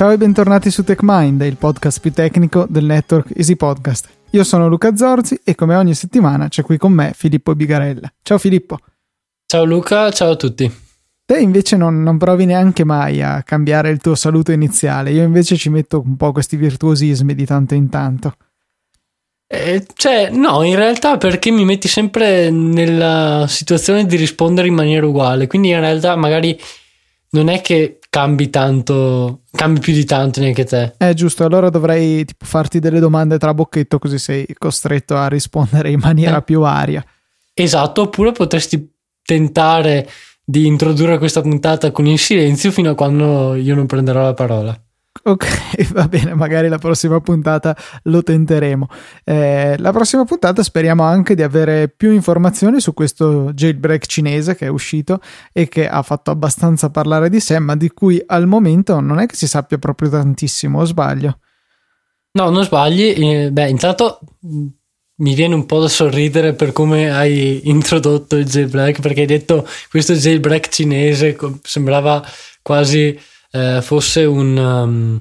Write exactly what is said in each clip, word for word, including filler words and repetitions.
Ciao e bentornati su TechMind, il podcast più tecnico del network Easy Podcast. Io sono Luca Zorzi e come ogni settimana c'è qui con me Filippo Bigarella. Ciao Filippo. Ciao Luca, ciao a tutti. Te invece non, non provi neanche mai a cambiare il tuo saluto iniziale, io invece ci metto un po' questi virtuosismi di tanto in tanto. Eh, cioè, no, in realtà perché mi metti sempre nella situazione di rispondere in maniera uguale, quindi in realtà magari non è che cambi tanto, cambi più di tanto neanche te. Eh giusto, allora dovrei tipo farti delle domande tra bocchetto così sei costretto a rispondere in maniera eh. più aria. Esatto, oppure potresti tentare di introdurre questa puntata con il silenzio fino a quando io non prenderò la parola. Ok, va bene, magari la prossima puntata lo tenteremo. Eh, la prossima puntata speriamo anche di avere più informazioni su questo jailbreak cinese che è uscito e che ha fatto abbastanza parlare di sé, ma di cui al momento non è che si sappia proprio tantissimo, o sbaglio? No, non sbagli. Eh, beh, intanto mi viene un po' da sorridere per come hai introdotto il jailbreak, perché hai detto questo jailbreak cinese, sembrava quasi eh, fosse un, um,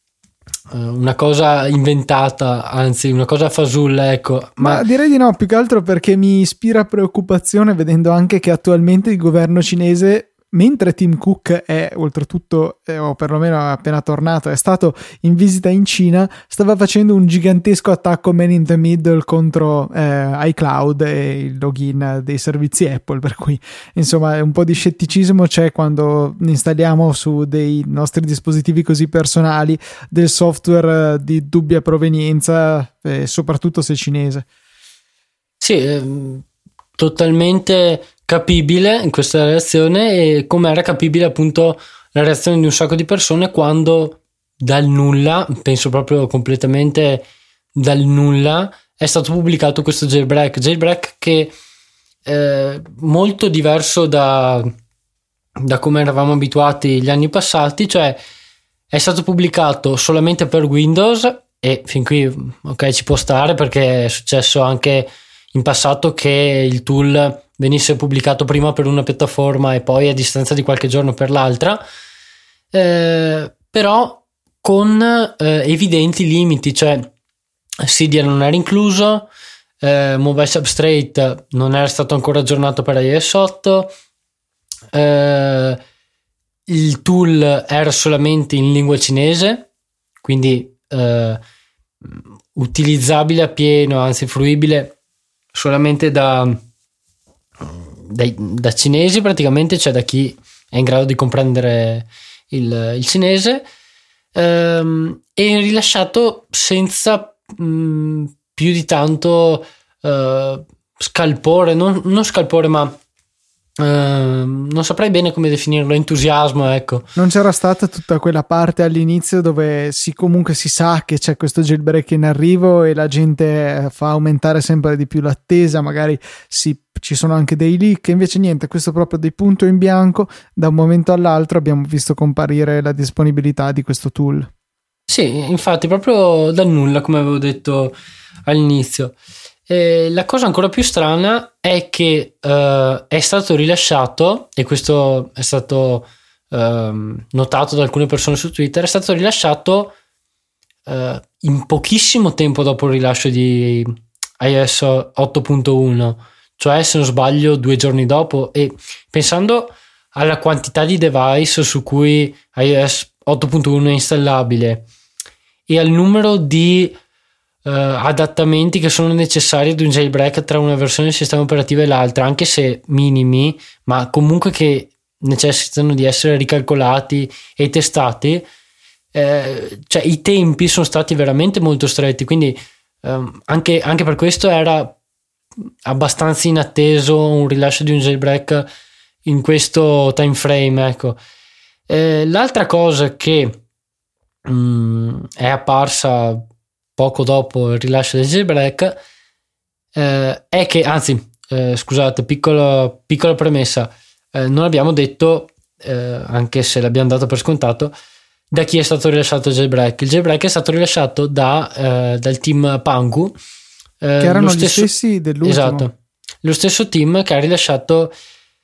una cosa inventata, anzi una cosa fasulla, ecco. Ma... ma direi di no, più che altro perché mi ispira preoccupazione vedendo anche che attualmente il governo cinese, mentre Tim Cook è oltretutto, eh, o perlomeno è appena tornato, è stato in visita in Cina, stava facendo un gigantesco attacco man in the middle contro eh, iCloud e il login dei servizi Apple, per cui insomma un po' di scetticismo c'è quando installiamo su dei nostri dispositivi così personali del software di dubbia provenienza, eh, soprattutto se cinese. Sì, ehm, totalmente capibile in questa reazione, e come era capibile appunto la reazione di un sacco di persone quando dal nulla, penso proprio completamente dal nulla, è stato pubblicato questo jailbreak jailbreak che è molto diverso da, da come eravamo abituati gli anni passati, cioè è stato pubblicato solamente per Windows, e fin qui ok, ci può stare perché è successo anche in passato che il tool venisse pubblicato prima per una piattaforma e poi a distanza di qualche giorno per l'altra, eh, però con eh, evidenti limiti, cioè Cydia non era incluso, eh, Mobile Substrate non era stato ancora aggiornato per iOS otto, eh, il tool era solamente in lingua cinese, quindi eh, utilizzabile appieno, anzi fruibile solamente da, da, da cinesi praticamente, cioè da chi è in grado di comprendere il, il cinese, ehm, e rilasciato senza mh, più di tanto eh, scalpore, non, non scalpore ma Uh, non saprei bene come definirlo, entusiasmo, ecco. Non c'era stata tutta quella parte all'inizio dove si comunque si sa che c'è questo jailbreak in arrivo e la gente fa aumentare sempre di più l'attesa, magari si, ci sono anche dei leak, invece niente, questo proprio di punto in bianco, da un momento all'altro abbiamo visto comparire la disponibilità di questo tool. Sì, infatti proprio dal nulla, come avevo detto all'inizio. E la cosa ancora più strana è che uh, è stato rilasciato, e questo è stato uh, notato da alcune persone su Twitter, è stato rilasciato uh, in pochissimo tempo dopo il rilascio di iOS otto punto uno, cioè se non sbaglio due giorni dopo, e pensando alla quantità di device su cui iOS otto punto uno è installabile e al numero di Uh, adattamenti che sono necessari ad un jailbreak tra una versione del sistema operativo e l'altra, anche se minimi, ma comunque che necessitano di essere ricalcolati e testati, eh, cioè i tempi sono stati veramente molto stretti, quindi um, anche, anche per questo era abbastanza inatteso un rilascio di un jailbreak in questo time frame, ecco. Eh, l'altra cosa che um, è apparsa poco dopo il rilascio del jailbreak eh, è che, anzi eh, scusate, piccola, piccola premessa, eh, non abbiamo detto, eh, anche se l'abbiamo dato per scontato, da chi è stato rilasciato il jailbreak. Il jailbreak è stato rilasciato da, eh, dal team Pangu, eh, che erano stesso, gli stessi dell'ultimo. Esatto, lo stesso team che ha rilasciato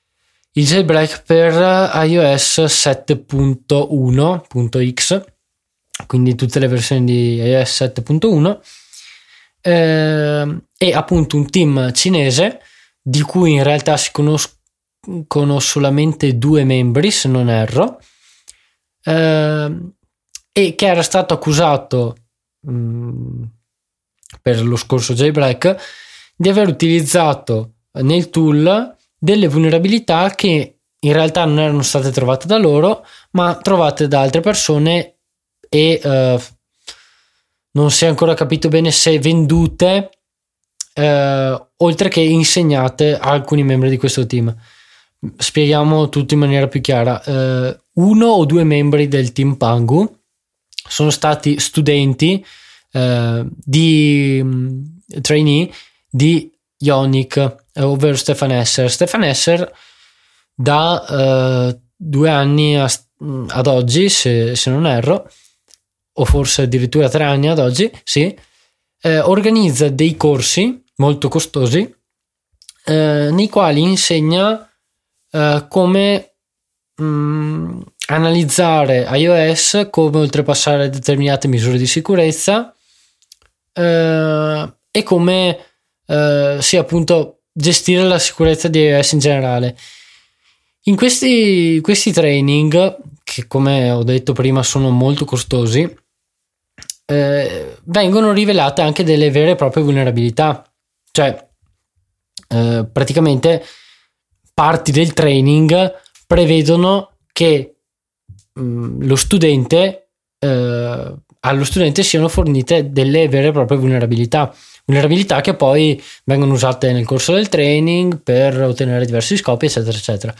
il jailbreak per iOS sette punto uno punto x, quindi tutte le versioni di iOS sette punto uno, eh, e appunto un team cinese di cui in realtà si conoscono solamente due membri, se non erro, eh, e che era stato accusato mh, per lo scorso jailbreak di aver utilizzato nel tool delle vulnerabilità che in realtà non erano state trovate da loro, ma trovate da altre persone e uh, non si è ancora capito bene se vendute uh, oltre che insegnate a alcuni membri di questo team. Spieghiamo tutto in maniera più chiara. Uh, uno o due membri del team Pangu sono stati studenti uh, di um, trainee di Ionic, ovvero Stefan Esser. Stefan Esser da uh, due anni a, ad oggi, se, se non erro, o forse addirittura tre anni ad oggi, sì, eh, organizza dei corsi molto costosi eh, nei quali insegna eh, come mh, analizzare iOS, come oltrepassare determinate misure di sicurezza eh, e come eh, sì, appunto, gestire la sicurezza di iOS in generale. In questi, questi training, che come ho detto prima sono molto costosi, eh, vengono rivelate anche delle vere e proprie vulnerabilità. Cioè, eh, praticamente parti del training prevedono che mh, lo studente eh, allo studente siano fornite delle vere e proprie vulnerabilità. Vulnerabilità che poi vengono usate nel corso del training per ottenere diversi scopi, eccetera, eccetera.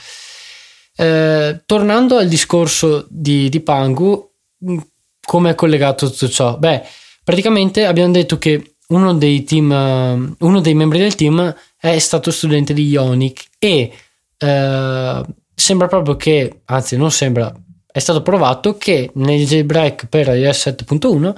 Eh, tornando al discorso di, di Pangu, come è collegato tutto ciò? Beh, praticamente abbiamo detto che uno dei team, uno dei membri del team è stato studente di Ionic e eh, sembra proprio che, anzi non sembra, è stato provato che nel jailbreak per iOS sette punto uno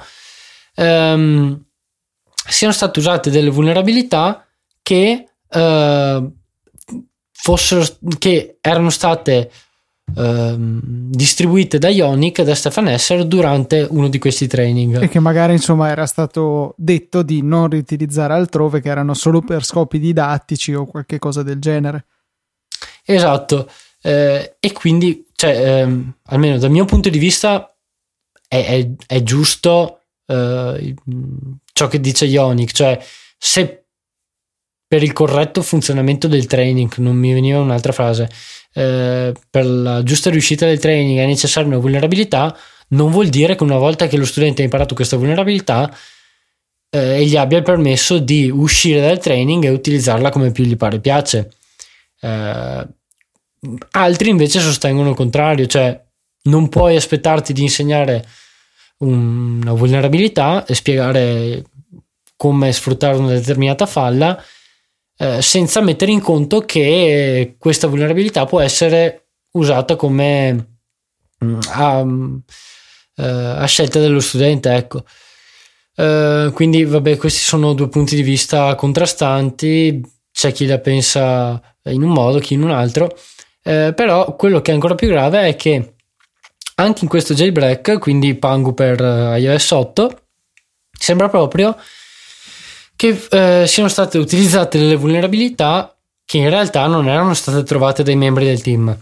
ehm, siano state usate delle vulnerabilità che eh, fossero che erano state eh, distribuite da Ionic, da Stefan Esser, durante uno di questi training, e che magari insomma era stato detto di non riutilizzare altrove, che erano solo per scopi didattici o qualche cosa del genere. Esatto, eh, e quindi cioè, ehm, almeno dal mio punto di vista è, è, è giusto eh, ciò che dice Ionic, cioè se per il corretto funzionamento del training, non mi veniva un'altra frase, eh, per la giusta riuscita del training è necessaria una vulnerabilità, non vuol dire che una volta che lo studente ha imparato questa vulnerabilità eh, gli abbia permesso di uscire dal training e utilizzarla come più gli pare e piace. Eh, altri invece sostengono il contrario, cioè non puoi aspettarti di insegnare un, una vulnerabilità e spiegare come sfruttare una determinata falla eh, senza mettere in conto che questa vulnerabilità può essere usata come mh, a, eh, a scelta dello studente, ecco. Eh, quindi vabbè, questi sono due punti di vista contrastanti, c'è chi la pensa in un modo, chi in un altro, eh, però quello che è ancora più grave è che anche in questo jailbreak, quindi Pangu per iOS otto, sembra proprio che eh, siano state utilizzate delle vulnerabilità che in realtà non erano state trovate dai membri del team,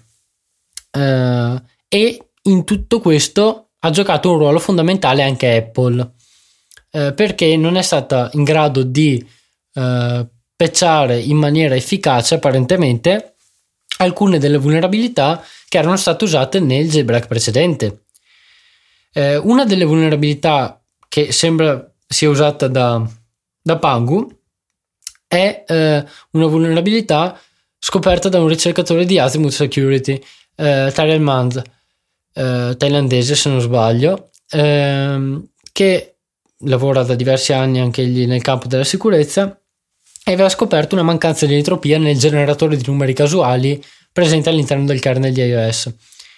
eh, e in tutto questo ha giocato un ruolo fondamentale anche Apple, eh, perché non è stata in grado di eh, patchare in maniera efficace apparentemente alcune delle vulnerabilità che erano state usate nel jailbreak precedente. Eh, una delle vulnerabilità che sembra sia usata da, da Pangu è eh, una vulnerabilità scoperta da un ricercatore di Azimuth Security, eh, Tyrell Mand, eh, thailandese se non sbaglio, eh, che lavora da diversi anni anche egli nel campo della sicurezza, e aveva scoperto una mancanza di entropia nel generatore di numeri casuali presente all'interno del kernel di iOS.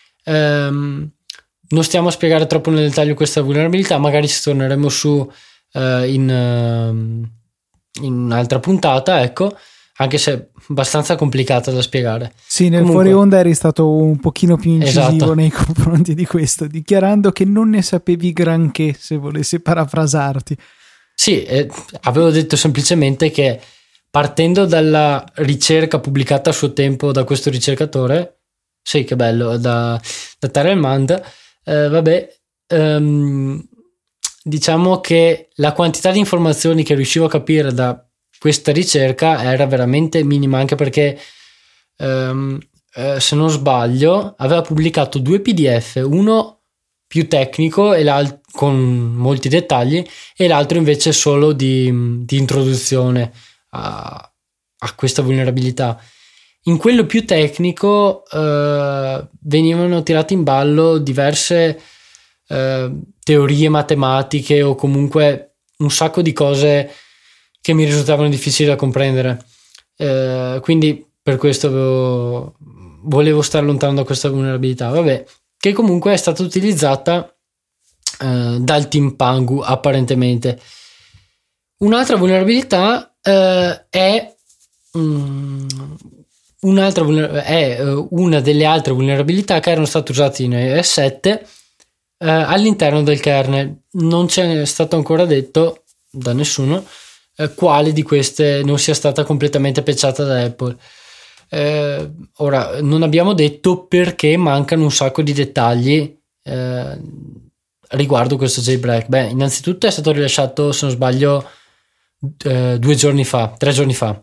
Um, non stiamo a spiegare troppo nel dettaglio questa vulnerabilità, magari ci torneremo su uh, in, uh, in un'altra puntata, ecco, anche se abbastanza complicata da spiegare. Sì, nel Comunque, fuori onda eri stato un pochino più incisivo, esatto, nei confronti di questo, dichiarando che non ne sapevi granché, se volessi parafrasarti. Sì, eh, avevo detto semplicemente che partendo dalla ricerca pubblicata a suo tempo da questo ricercatore, sì, che bello, da, da Tyrell Mand, eh, vabbè, ehm, diciamo che la quantità di informazioni che riuscivo a capire da questa ricerca era veramente minima, anche perché ehm, eh, se non sbaglio aveva pubblicato due P D F, uno più tecnico e l'altro con molti dettagli e l'altro invece solo di, di introduzione a, a questa vulnerabilità. In quello più tecnico eh, venivano tirate in ballo diverse eh, teorie matematiche o comunque un sacco di cose che mi risultavano difficili da comprendere. Eh, quindi per questo avevo, volevo stare lontano da questa vulnerabilità. Vabbè, che comunque è stata utilizzata eh, dal team Pangu apparentemente. Un'altra vulnerabilità eh, è um, un'altra vulner- è uh, una delle altre vulnerabilità che erano state usate in iOS sette uh, all'interno del kernel. Non c'è stato ancora detto da nessuno uh, quale di queste non sia stata completamente patchata da Apple. Uh, ora, non abbiamo detto perché mancano un sacco di dettagli uh, riguardo questo jailbreak. Beh, innanzitutto è stato rilasciato, se non sbaglio, uh, due giorni fa, tre giorni fa.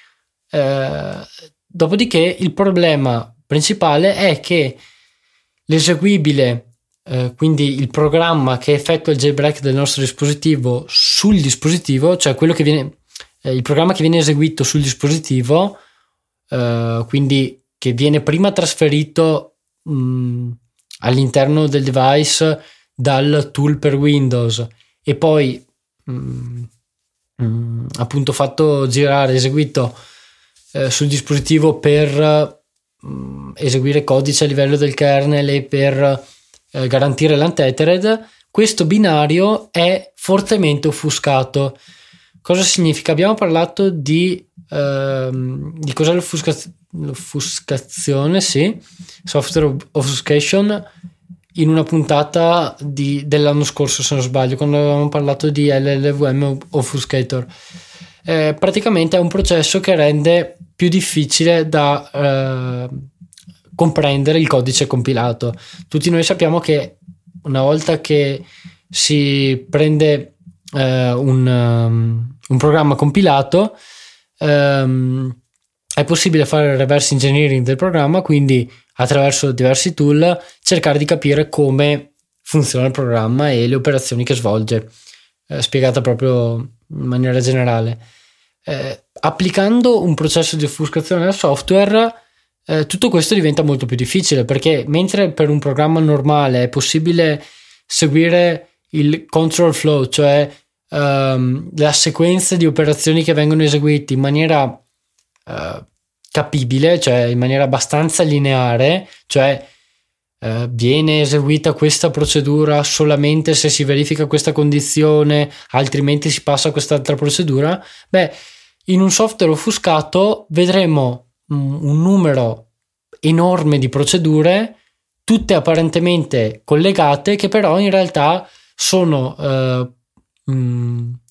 Uh, Dopodiché il problema principale è che l'eseguibile, eh, quindi il programma che effettua il jailbreak del nostro dispositivo sul dispositivo, cioè quello che viene, eh, il programma che viene eseguito sul dispositivo, eh, quindi che viene prima trasferito mh, all'interno del device dal tool per Windows e poi mh, mh, appunto fatto girare, eseguito Eh, sul dispositivo per mh, eseguire codice a livello del kernel e per eh, garantire l'untethered, questo binario è fortemente offuscato. Cosa significa? Abbiamo parlato di ehm, di cos'è l'offuscaz- l'offuscazione, sì, software obfuscation, in una puntata di, dell'anno scorso, se non sbaglio, quando avevamo parlato di L L V M Obfuscator. Eh, praticamente è un processo che rende più difficile da eh, comprendere il codice compilato. Tutti noi sappiamo che una volta che si prende eh, un, um, un programma compilato um, è possibile fare il reverse engineering del programma, quindi attraverso diversi tool cercare di capire come funziona il programma e le operazioni che svolge, eh, spiegata proprio in maniera generale. Eh, applicando un processo di offuscazione al software, eh, tutto questo diventa molto più difficile, perché mentre per un programma normale è possibile seguire il control flow, cioè um, la sequenza di operazioni che vengono eseguite in maniera uh, capibile, cioè in maniera abbastanza lineare, cioè Uh, viene eseguita questa procedura solamente se si verifica questa condizione, altrimenti si passa a quest'altra procedura. Beh, in un software offuscato vedremo um, un numero enorme di procedure, tutte apparentemente collegate, che però in realtà sono uh, um,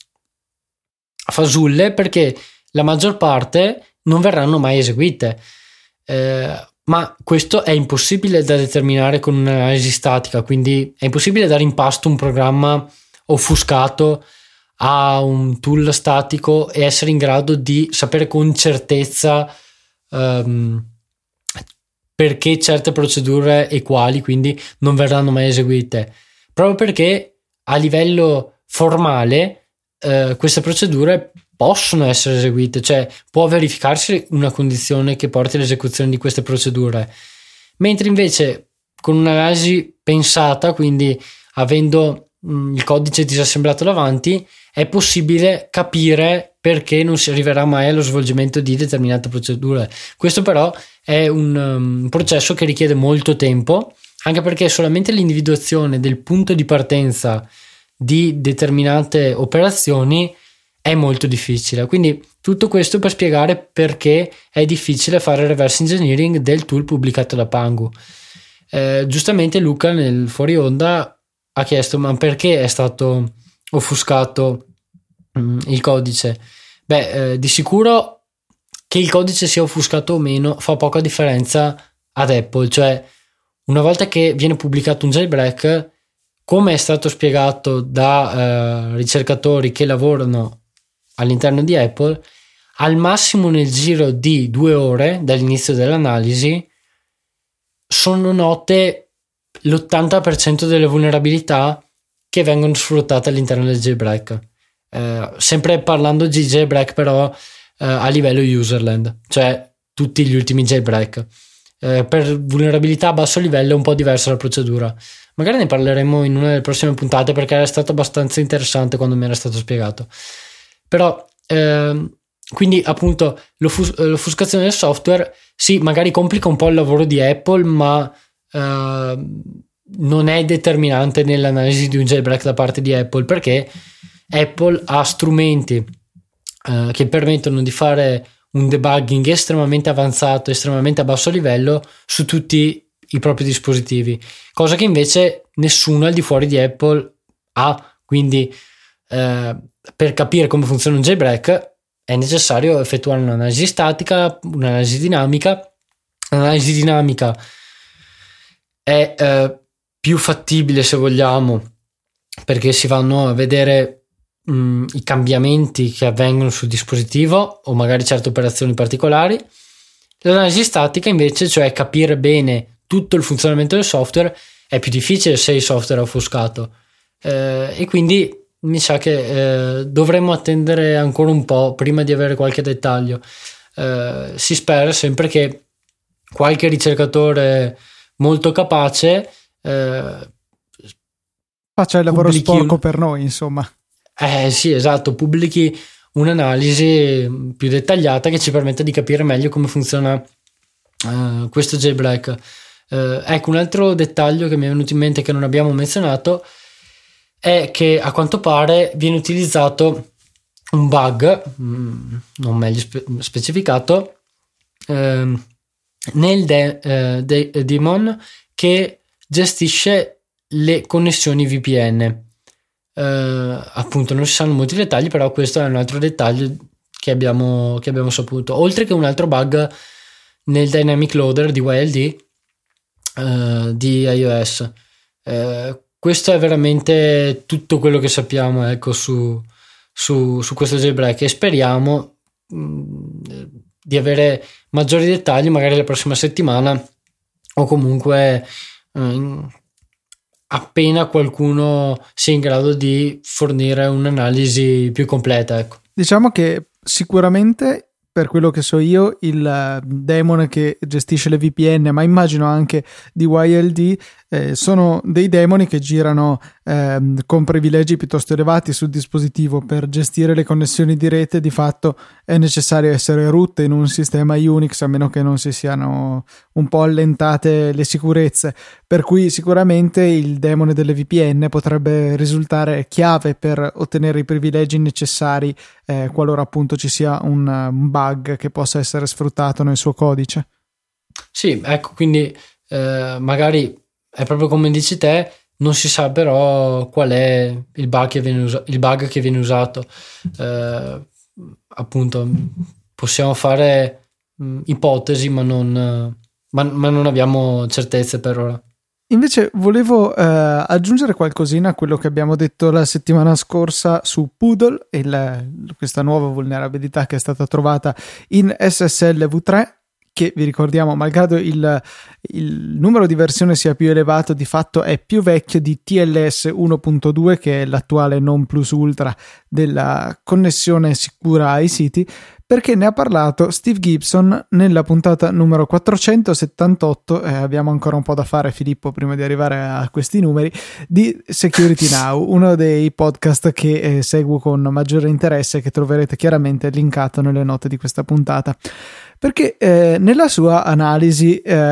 fasulle, perché la maggior parte non verranno mai eseguite. Uh, ma questo è impossibile da determinare con un'analisi statica, quindi è impossibile dare in pasto un programma offuscato a un tool statico e essere in grado di sapere con certezza um, perché certe procedure e quali quindi non verranno mai eseguite, proprio perché a livello formale uh, queste procedure possono essere eseguite, cioè può verificarsi una condizione che porti all'esecuzione di queste procedure, mentre invece con un'analisi pensata, quindi avendo mh, il codice disassemblato davanti, è possibile capire perché non si arriverà mai allo svolgimento di determinate procedure. Questo però è un um, processo che richiede molto tempo, anche perché solamente l'individuazione del punto di partenza di determinate operazioni è molto difficile. Quindi tutto questo per spiegare perché è difficile fare reverse engineering del tool pubblicato da Pangu. Eh, giustamente Luca nel fuori onda ha chiesto: ma perché è stato offuscato mh, il codice? Beh, eh, di sicuro che il codice sia offuscato o meno fa poca differenza ad Apple. Cioè, una volta che viene pubblicato un jailbreak, come è stato spiegato da eh, ricercatori che lavorano all'interno di Apple, al massimo nel giro di due ore dall'inizio dell'analisi sono note l'ottanta per cento delle vulnerabilità che vengono sfruttate all'interno del jailbreak. Eh, sempre parlando di jailbreak però eh, a livello userland, cioè tutti gli ultimi jailbreak. Eh, per vulnerabilità a basso livello è un po' diversa la procedura. Magari ne parleremo in una delle prossime puntate, perché era stato abbastanza interessante quando mi era stato spiegato. Però ehm, quindi appunto l'offus- l'offuscazione del software sì, magari complica un po' il lavoro di Apple, ma eh, non è determinante nell'analisi di un jailbreak da parte di Apple, perché Apple ha strumenti eh, che permettono di fare un debugging estremamente avanzato, estremamente a basso livello su tutti i propri dispositivi, cosa che invece nessuno al di fuori di Apple ha. Quindi eh, per capire come funziona un jailbreak è necessario effettuare un'analisi statica, un'analisi dinamica. L'analisi dinamica è eh, più fattibile, se vogliamo, perché si vanno a vedere mh, i cambiamenti che avvengono sul dispositivo o magari certe operazioni particolari. L'analisi statica invece, cioè capire bene tutto il funzionamento del software, è più difficile se il software è offuscato, eh, e quindi mi sa che eh, dovremmo attendere ancora un po' prima di avere qualche dettaglio. Eh, si spera sempre che qualche ricercatore molto capace eh, faccia il lavoro sporco un... per noi, insomma. Eh sì, esatto, pubblichi un'analisi più dettagliata che ci permetta di capire meglio come funziona uh, questo jailbreak. Uh, ecco, un altro dettaglio che mi è venuto in mente che non abbiamo menzionato è che a quanto pare viene utilizzato un bug, mh, non meglio spe- specificato, uh, nel de- uh, de- daemon che gestisce le connessioni V P N. Uh, appunto non si sanno molti dettagli, però questo è un altro dettaglio che abbiamo, che abbiamo saputo, oltre che un altro bug nel dynamic loader di Y L D uh, di iOS. Uh, questo è veramente tutto quello che sappiamo, ecco, su, su, su questo jailbreak, e speriamo mh, di avere maggiori dettagli magari la prossima settimana, o comunque uh, appena qualcuno sia in grado di fornire un'analisi più completa, ecco. Diciamo che sicuramente, per quello che so io, il daemon che gestisce le V P N, ma immagino anche di Y L D, eh, sono dei daemoni che girano eh, con privilegi piuttosto elevati sul dispositivo. Per gestire le connessioni di rete di fatto è necessario essere root in un sistema Unix, a meno che non si siano un po' allentate le sicurezze, per cui sicuramente il daemon delle V P N potrebbe risultare chiave per ottenere i privilegi necessari eh, qualora appunto ci sia un, un bug che possa essere sfruttato nel suo codice. Sì, ecco, quindi eh, magari è proprio come dici te, non si sa però qual è il bug che viene, usa- il bug che viene usato. Eh, appunto, possiamo fare mh, ipotesi, ma non, ma, ma non abbiamo certezze per ora. Invece volevo eh, aggiungere qualcosina a quello che abbiamo detto la settimana scorsa su Poodle, il, questa nuova vulnerabilità che è stata trovata in S S L V tre, che vi ricordiamo, malgrado il, il numero di versione sia più elevato, di fatto è più vecchio di T L S uno punto due, che è l'attuale non plus ultra della connessione sicura ai siti, perché ne ha parlato Steve Gibson nella puntata numero quattrocentosettantotto, eh, abbiamo ancora un po' da fare, Filippo, prima di arrivare a questi numeri, di Security Now, uno dei podcast che eh, seguo con maggiore interesse, che troverete chiaramente linkato nelle note di questa puntata. Perché eh, nella sua analisi eh,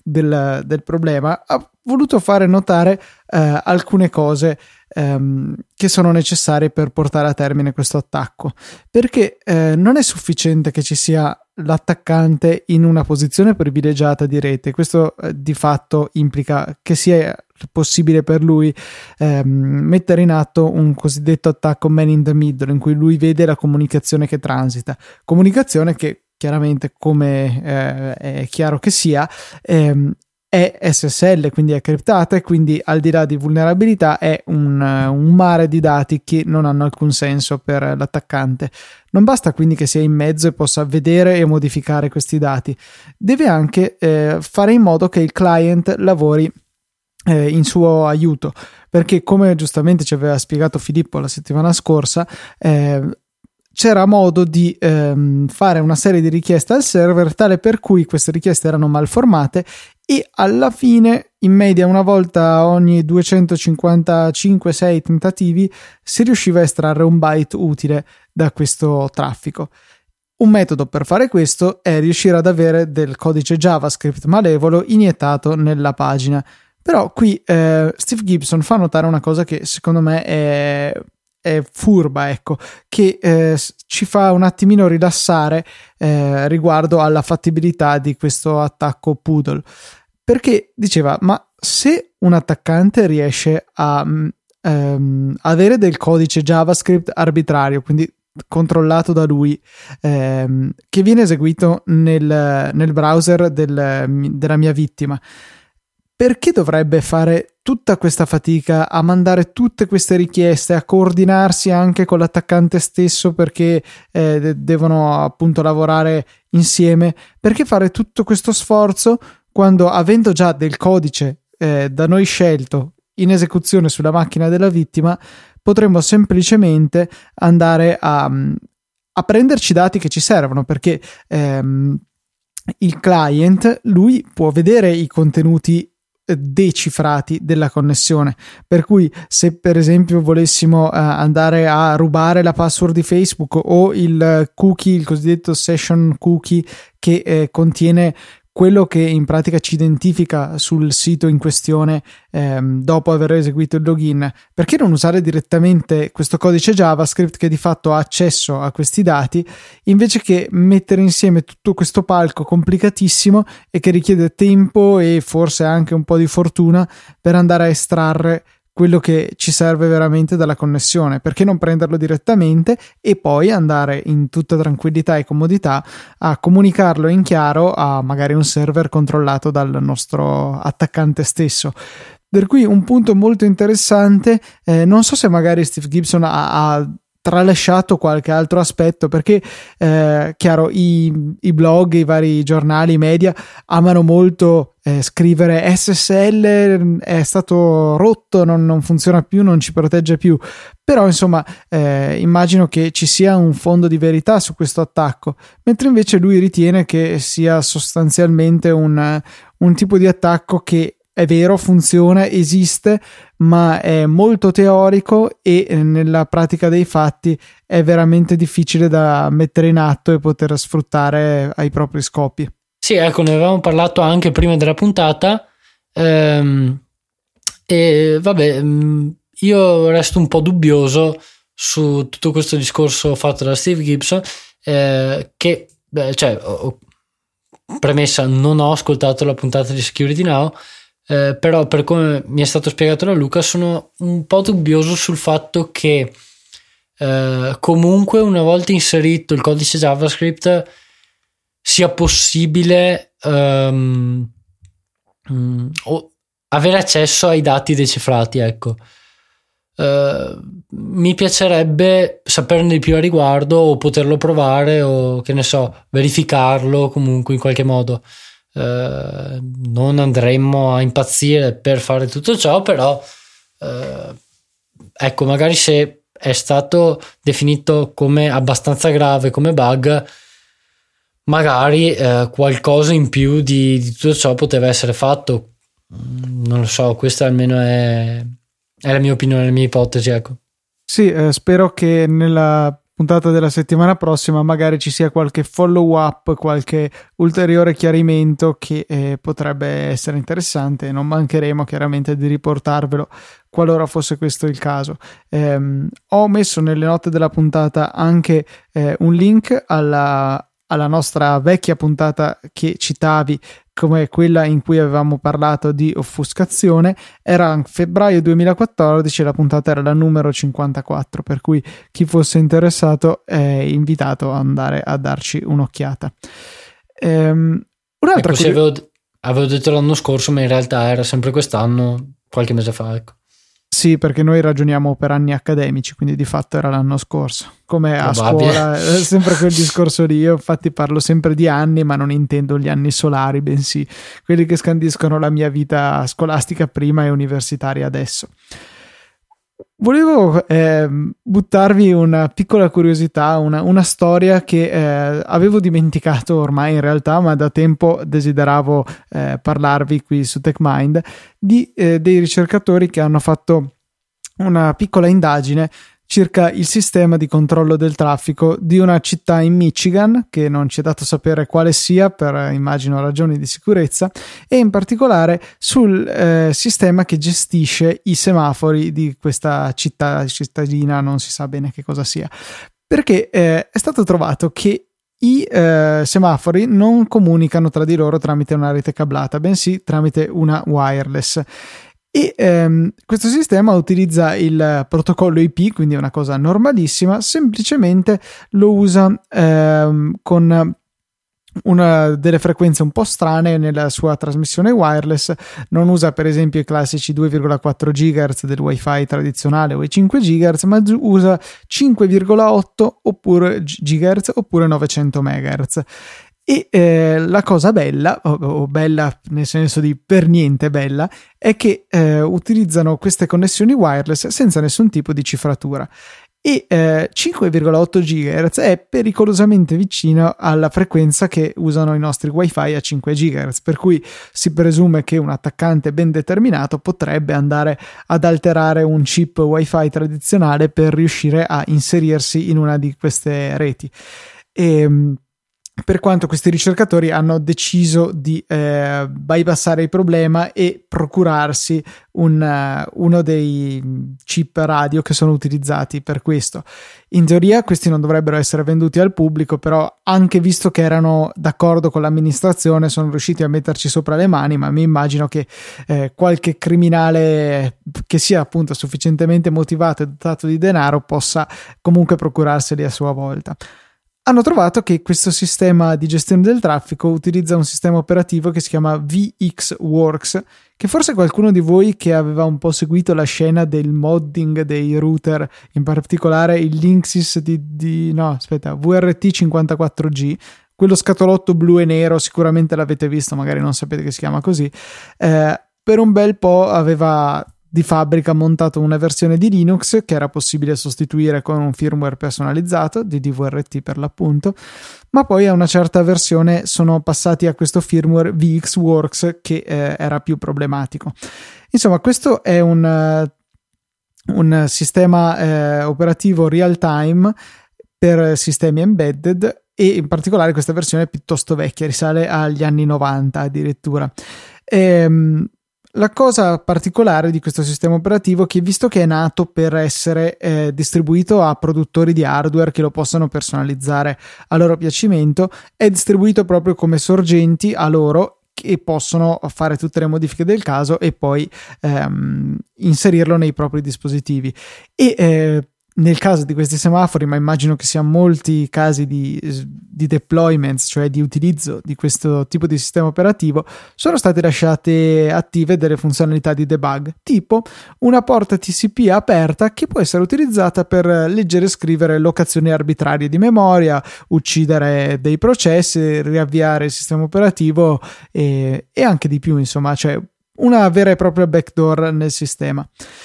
del, del problema, ha voluto fare notare eh, alcune cose ehm, che sono necessarie per portare a termine questo attacco, perché eh, non è sufficiente che ci sia l'attaccante in una posizione privilegiata di rete. Questo eh, di fatto implica che sia possibile per lui ehm, mettere in atto un cosiddetto attacco man in the middle, in cui lui vede la comunicazione che transita, comunicazione che chiaramente, come eh, è chiaro che sia, ehm, è S S L, quindi è criptata, e quindi al di là di vulnerabilità è un, un mare di dati che non hanno alcun senso per l'attaccante. Non basta quindi che sia in mezzo e possa vedere e modificare questi dati, deve anche eh, fare in modo che il client lavori eh, in suo aiuto, perché come giustamente ci aveva spiegato Filippo la settimana scorsa, eh, c'era modo di ehm, fare una serie di richieste al server tale per cui queste richieste erano mal formate e alla fine, in media una volta ogni duecentocinquantacinque sei tentativi, si riusciva a estrarre un byte utile da questo traffico. Un metodo per fare questo è riuscire ad avere del codice JavaScript malevolo iniettato nella pagina. Però qui eh, Steve Gibson fa notare una cosa che secondo me è è furba, ecco, che eh, ci fa un attimino rilassare eh, riguardo alla fattibilità di questo attacco Poodle, perché diceva: ma se un attaccante riesce a ehm, avere del codice JavaScript arbitrario, quindi controllato da lui, ehm, che viene eseguito nel, nel browser del, della mia vittima, perché dovrebbe fare tutta questa fatica a mandare tutte queste richieste, a coordinarsi anche con l'attaccante stesso, perché eh, de- devono appunto lavorare insieme? Perché fare tutto questo sforzo quando, avendo già del codice eh, da noi scelto in esecuzione sulla macchina della vittima, potremmo semplicemente andare a, a prenderci i dati che ci servono? Perché ehm, il client, lui può vedere i contenuti decifrati della connessione, per cui se per esempio volessimo uh, andare a rubare la password di Facebook o il cookie, il cosiddetto session cookie che eh, contiene quello che in pratica ci identifica sul sito in questione ehm, dopo aver eseguito il login, perché non usare direttamente questo codice JavaScript che di fatto ha accesso a questi dati, invece che mettere insieme tutto questo palco complicatissimo e che richiede tempo e forse anche un po' di fortuna per andare a estrarre quello che ci serve veramente dalla connessione? Perché non prenderlo direttamente e poi andare in tutta tranquillità e comodità a comunicarlo in chiaro a magari un server controllato dal nostro attaccante stesso? Per cui un punto molto interessante. Eh, non so se magari Steve Gibson ha, ha tralasciato qualche altro aspetto, perché eh, chiaro, i, i blog, i vari giornali, i media amano molto eh, scrivere S S L è stato rotto, non, non funziona più, non ci protegge più, però insomma eh, immagino che ci sia un fondo di verità su questo attacco, mentre invece lui ritiene che sia sostanzialmente un, un tipo di attacco che è vero, funziona, esiste, ma è molto teorico e nella pratica dei fatti è veramente difficile da mettere in atto e poter sfruttare ai propri scopi. Sì, ecco, ne avevamo parlato anche prima della puntata ehm, e vabbè, io resto un po' dubbioso su tutto questo discorso fatto da Steve Gibson, eh, che, beh, cioè, ho, premessa, non ho ascoltato la puntata di Security Now, Eh, però per come mi è stato spiegato da Luca sono un po' dubbioso sul fatto che eh, comunque una volta inserito il codice JavaScript sia possibile um, um, avere accesso ai dati decifrati, ecco. Uh, mi piacerebbe saperne di più a riguardo, o poterlo provare, o che ne so, verificarlo comunque in qualche modo. Uh, non andremmo a impazzire per fare tutto ciò, però uh, ecco, magari se è stato definito come abbastanza grave come bug, magari uh, qualcosa in più di, di tutto ciò poteva essere fatto. Non lo so, questa almeno è, è la mia opinione, la mia ipotesi, ecco. Sì, eh, spero che nella puntata della settimana prossima magari ci sia qualche follow up, qualche ulteriore chiarimento che eh, potrebbe essere interessante, e non mancheremo chiaramente di riportarvelo qualora fosse questo il caso. Eh, ho messo nelle note della puntata anche eh, un link alla, alla nostra vecchia puntata che citavi, come quella in cui avevamo parlato di offuscazione. Era febbraio duemilaquattordici e la puntata era la numero cinquantaquattro, per cui chi fosse interessato è invitato ad andare a darci un'occhiata. Ehm, un'altra ecco, curi- avevo, avevo detto l'anno scorso, ma in realtà era sempre quest'anno, qualche mese fa, ecco. Sì, perché noi ragioniamo per anni accademici, quindi di fatto era l'anno scorso. Come a Probabile. scuola, è sempre quel discorso lì. Io infatti parlo sempre di anni, ma non intendo gli anni solari, bensì quelli che scandiscono la mia vita scolastica prima e universitaria adesso. Volevo eh, buttarvi una piccola curiosità, una, una storia che eh, avevo dimenticato ormai in realtà, ma da tempo desideravo eh, parlarvi qui su TechMind, di eh, dei ricercatori che hanno fatto una piccola indagine circa il sistema di controllo del traffico di una città in Michigan, che non ci è dato sapere quale sia per, immagino, ragioni di sicurezza, e in particolare sul eh, sistema che gestisce i semafori di questa città cittadina, non si sa bene che cosa sia, perché eh, è stato trovato che i eh, semafori non comunicano tra di loro tramite una rete cablata, bensì tramite una wireless. E ehm, questo sistema utilizza il protocollo I P, quindi è una cosa normalissima, semplicemente lo usa ehm, con una delle frequenze un po' strane nella sua trasmissione wireless. Non usa per esempio i classici due virgola quattro gigahertz del wifi tradizionale o i cinque gigahertz, ma usa cinque virgola otto oppure gigahertz oppure novecento megahertz. E eh, la cosa bella, o, o bella nel senso di per niente bella, è che eh, utilizzano queste connessioni wireless senza nessun tipo di cifratura. E eh, cinque virgola otto gigahertz è pericolosamente vicino alla frequenza che usano i nostri wifi a cinque gigahertz, per cui si presume che un attaccante ben determinato potrebbe andare ad alterare un chip wifi tradizionale per riuscire a inserirsi in una di queste reti. E per quanto questi ricercatori hanno deciso di eh, bypassare il problema e procurarsi un, uh, uno dei chip radio che sono utilizzati per questo. In teoria questi non dovrebbero essere venduti al pubblico, però anche visto che erano d'accordo con l'amministrazione sono riusciti a metterci sopra le mani, ma mi immagino che eh, qualche criminale che sia appunto sufficientemente motivato e dotato di denaro possa comunque procurarseli a sua volta. Hanno trovato che questo sistema di gestione del traffico utilizza un sistema operativo che si chiama V X Works, che forse qualcuno di voi che aveva un po' seguito la scena del modding dei router, in particolare il Linksys di, di no, aspetta, V R T cinquantaquattro G, quello scatolotto blu e nero, sicuramente l'avete visto, magari non sapete che si chiama così, eh, per un bel po' aveva di fabbrica montato una versione di Linux che era possibile sostituire con un firmware personalizzato di D V R T per l'appunto, ma poi a una certa versione sono passati a questo firmware V X Works che eh, era più problematico. Insomma, questo è un, uh, un sistema eh, operativo real time per sistemi embedded, e in particolare questa versione è piuttosto vecchia, risale agli anni novanta addirittura. Ehm, La cosa particolare di questo sistema operativo è che, visto che è nato per essere eh, distribuito a produttori di hardware che lo possano personalizzare a loro piacimento, è distribuito proprio come sorgenti a loro, che possono fare tutte le modifiche del caso e poi ehm, inserirlo nei propri dispositivi. E eh, nel caso di questi semafori, ma immagino che siano molti casi di, di deployments, cioè di utilizzo di questo tipo di sistema operativo, sono state lasciate attive delle funzionalità di debug, tipo una porta T C P aperta che può essere utilizzata per leggere e scrivere locazioni arbitrarie di memoria, uccidere dei processi, riavviare il sistema operativo e, e anche di più, insomma, cioè una vera e propria backdoor nel sistema.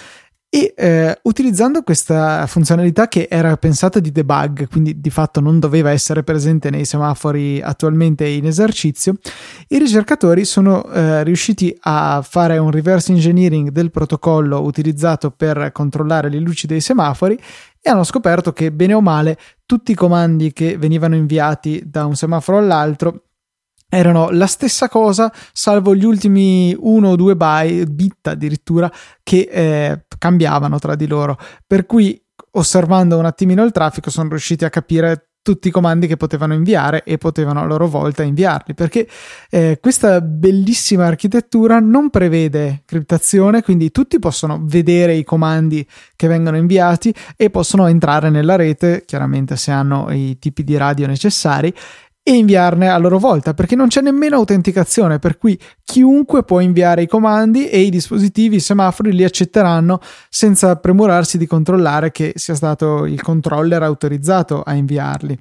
E eh, utilizzando questa funzionalità che era pensata di debug, quindi di fatto non doveva essere presente nei semafori attualmente in esercizio, i ricercatori sono eh, riusciti a fare un reverse engineering del protocollo utilizzato per controllare le luci dei semafori e hanno scoperto che bene o male tutti i comandi che venivano inviati da un semaforo all'altro erano la stessa cosa, salvo gli ultimi uno o due byte, bit addirittura, che eh, cambiavano tra di loro. Per cui, osservando un attimino il traffico, sono riusciti a capire tutti i comandi che potevano inviare e potevano a loro volta inviarli, perché eh, questa bellissima architettura non prevede criptazione, quindi tutti possono vedere i comandi che vengono inviati e possono entrare nella rete, chiaramente se hanno i tipi di radio necessari, e inviarne a loro volta, perché non c'è nemmeno autenticazione, per cui chiunque può inviare i comandi e i dispositivi, i semafori li accetteranno senza premurarsi di controllare che sia stato il controller autorizzato a inviarli.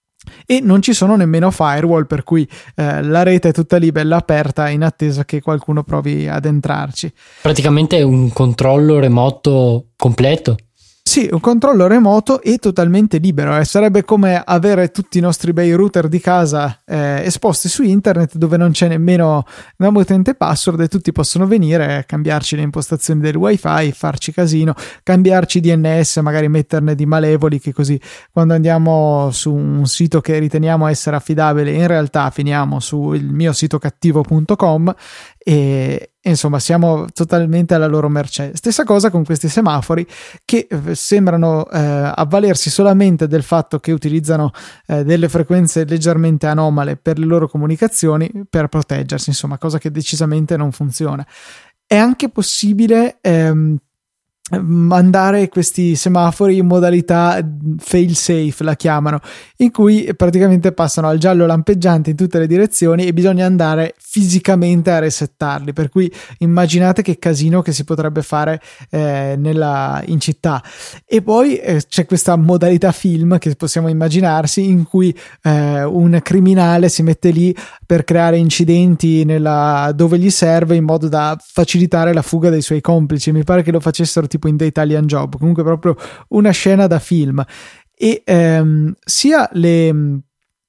E non ci sono nemmeno firewall, per cui eh, la rete è tutta lì bella aperta in attesa che qualcuno provi ad entrarci. Praticamente è un controllo remoto completo. Sì, un controllo remoto e totalmente libero, eh. Sarebbe come avere tutti i nostri bei router di casa eh, esposti su internet, dove non c'è nemmeno una utente password e tutti possono venire, cambiarci le impostazioni del wifi, farci casino, cambiarci D N S, magari metterne di malevoli, che così quando andiamo su un sito che riteniamo essere affidabile in realtà finiamo su il mio sito cattivo punto com e insomma siamo totalmente alla loro mercé. Stessa cosa con questi semafori che sembrano eh, avvalersi solamente del fatto che utilizzano eh, delle frequenze leggermente anomale per le loro comunicazioni per proteggersi, insomma, cosa che decisamente non funziona. È anche possibile ehm, mandare questi semafori in modalità fail safe, la chiamano, in cui praticamente passano al giallo lampeggiante in tutte le direzioni e bisogna andare fisicamente a resettarli, per cui immaginate che casino che si potrebbe fare eh, nella, in città. E poi eh, c'è questa modalità film che possiamo immaginarsi, in cui eh, un criminale si mette lì per creare incidenti nella, dove gli serve, in modo da facilitare la fuga dei suoi complici. Mi pare che lo facessero tipo in The Italian Job, comunque proprio una scena da film. E ehm, sia le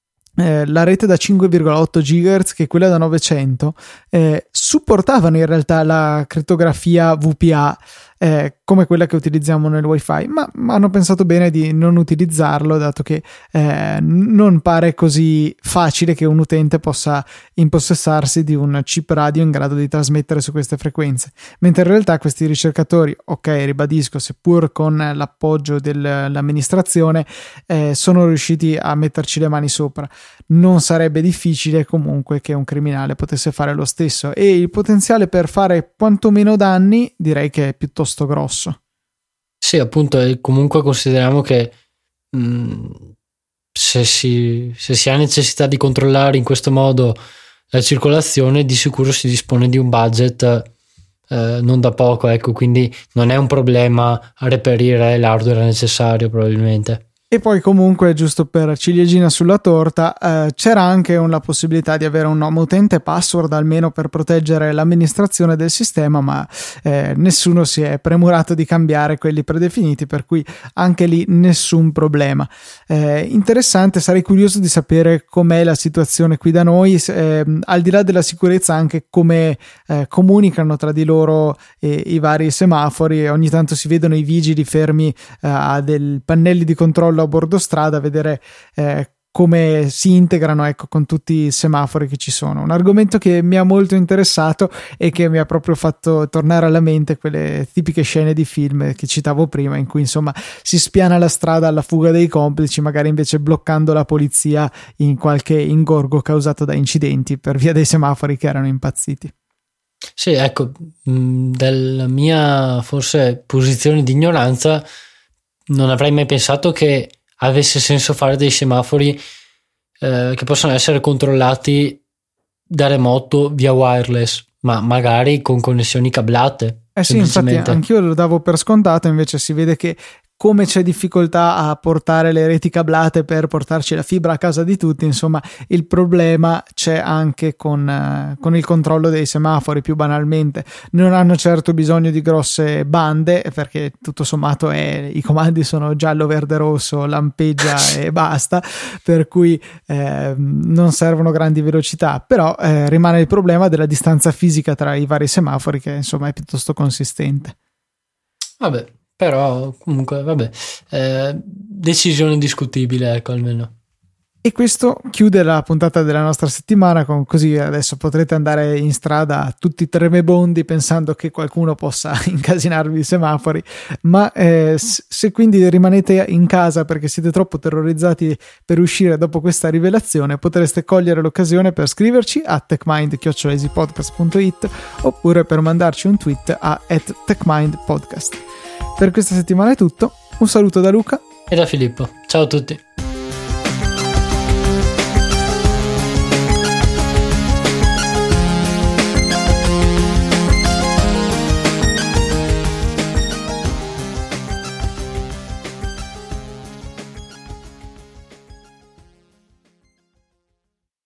eh, la rete da cinque virgola otto gigahertz che quella da novecento eh, supportavano in realtà la crittografia V P A eh, come quella che utilizziamo nel wifi, ma, ma hanno pensato bene di non utilizzarlo, dato che eh, non pare così facile che un utente possa impossessarsi di un chip radio in grado di trasmettere su queste frequenze, mentre in realtà questi ricercatori, ok, ribadisco, seppur con l'appoggio dell'amministrazione, eh, sono riusciti a metterci le mani sopra. Non sarebbe difficile comunque che un criminale potesse fare lo stesso, e il potenziale per fare quantomeno danni direi che è piuttosto grosso. Sì, appunto, e comunque consideriamo che mh, se, si, se si ha necessità di controllare in questo modo la circolazione, di sicuro si dispone di un budget eh, non da poco, ecco, quindi non è un problema a reperire l'hardware necessario probabilmente. E poi comunque, giusto per ciliegina sulla torta, eh, c'era anche una possibilità di avere un nome utente password almeno per proteggere l'amministrazione del sistema, ma eh, nessuno si è premurato di cambiare quelli predefiniti, per cui anche lì nessun problema. Eh, interessante, sarei curioso di sapere com'è la situazione qui da noi, eh, al di là della sicurezza, anche come eh, comunicano tra di loro eh, i vari semafori. Ogni tanto si vedono i vigili fermi eh, a dei pannelli di controllo a bordo strada, vedere eh, come si integrano, ecco, con tutti i semafori che ci sono. Un argomento che mi ha molto interessato e che mi ha proprio fatto tornare alla mente quelle tipiche scene di film che citavo prima, in cui insomma si spiana la strada alla fuga dei complici, magari invece bloccando la polizia in qualche ingorgo causato da incidenti per via dei semafori che erano impazziti. Sì, ecco, dalla mia forse posizione di ignoranza non avrei mai pensato che avesse senso fare dei semafori eh, che possono essere controllati da remoto via wireless, ma magari con connessioni cablate. Eh sì, infatti anch'io lo davo per scontato, invece si vede che come c'è difficoltà a portare le reti cablate per portarci la fibra a casa di tutti, insomma il problema c'è anche con, eh, con il controllo dei semafori. Più banalmente non hanno certo bisogno di grosse bande, perché tutto sommato è, i comandi sono giallo, verde, rosso, lampeggia e basta, per cui eh, non servono grandi velocità, però eh, rimane il problema della distanza fisica tra i vari semafori, che insomma è piuttosto consistente. Vabbè, però comunque vabbè, eh, decisione discutibile, ecco, almeno. E questo chiude la puntata della nostra settimana, con così adesso potrete andare in strada tutti tremebondi pensando che qualcuno possa incasinarvi i semafori, ma eh, se quindi rimanete in casa perché siete troppo terrorizzati per uscire dopo questa rivelazione, potreste cogliere l'occasione per scriverci a techmind chiocciola easypodcast punto it oppure per mandarci un tweet a at techmindpodcast. Per questa settimana è tutto, un saluto da Luca e da Filippo, ciao a tutti.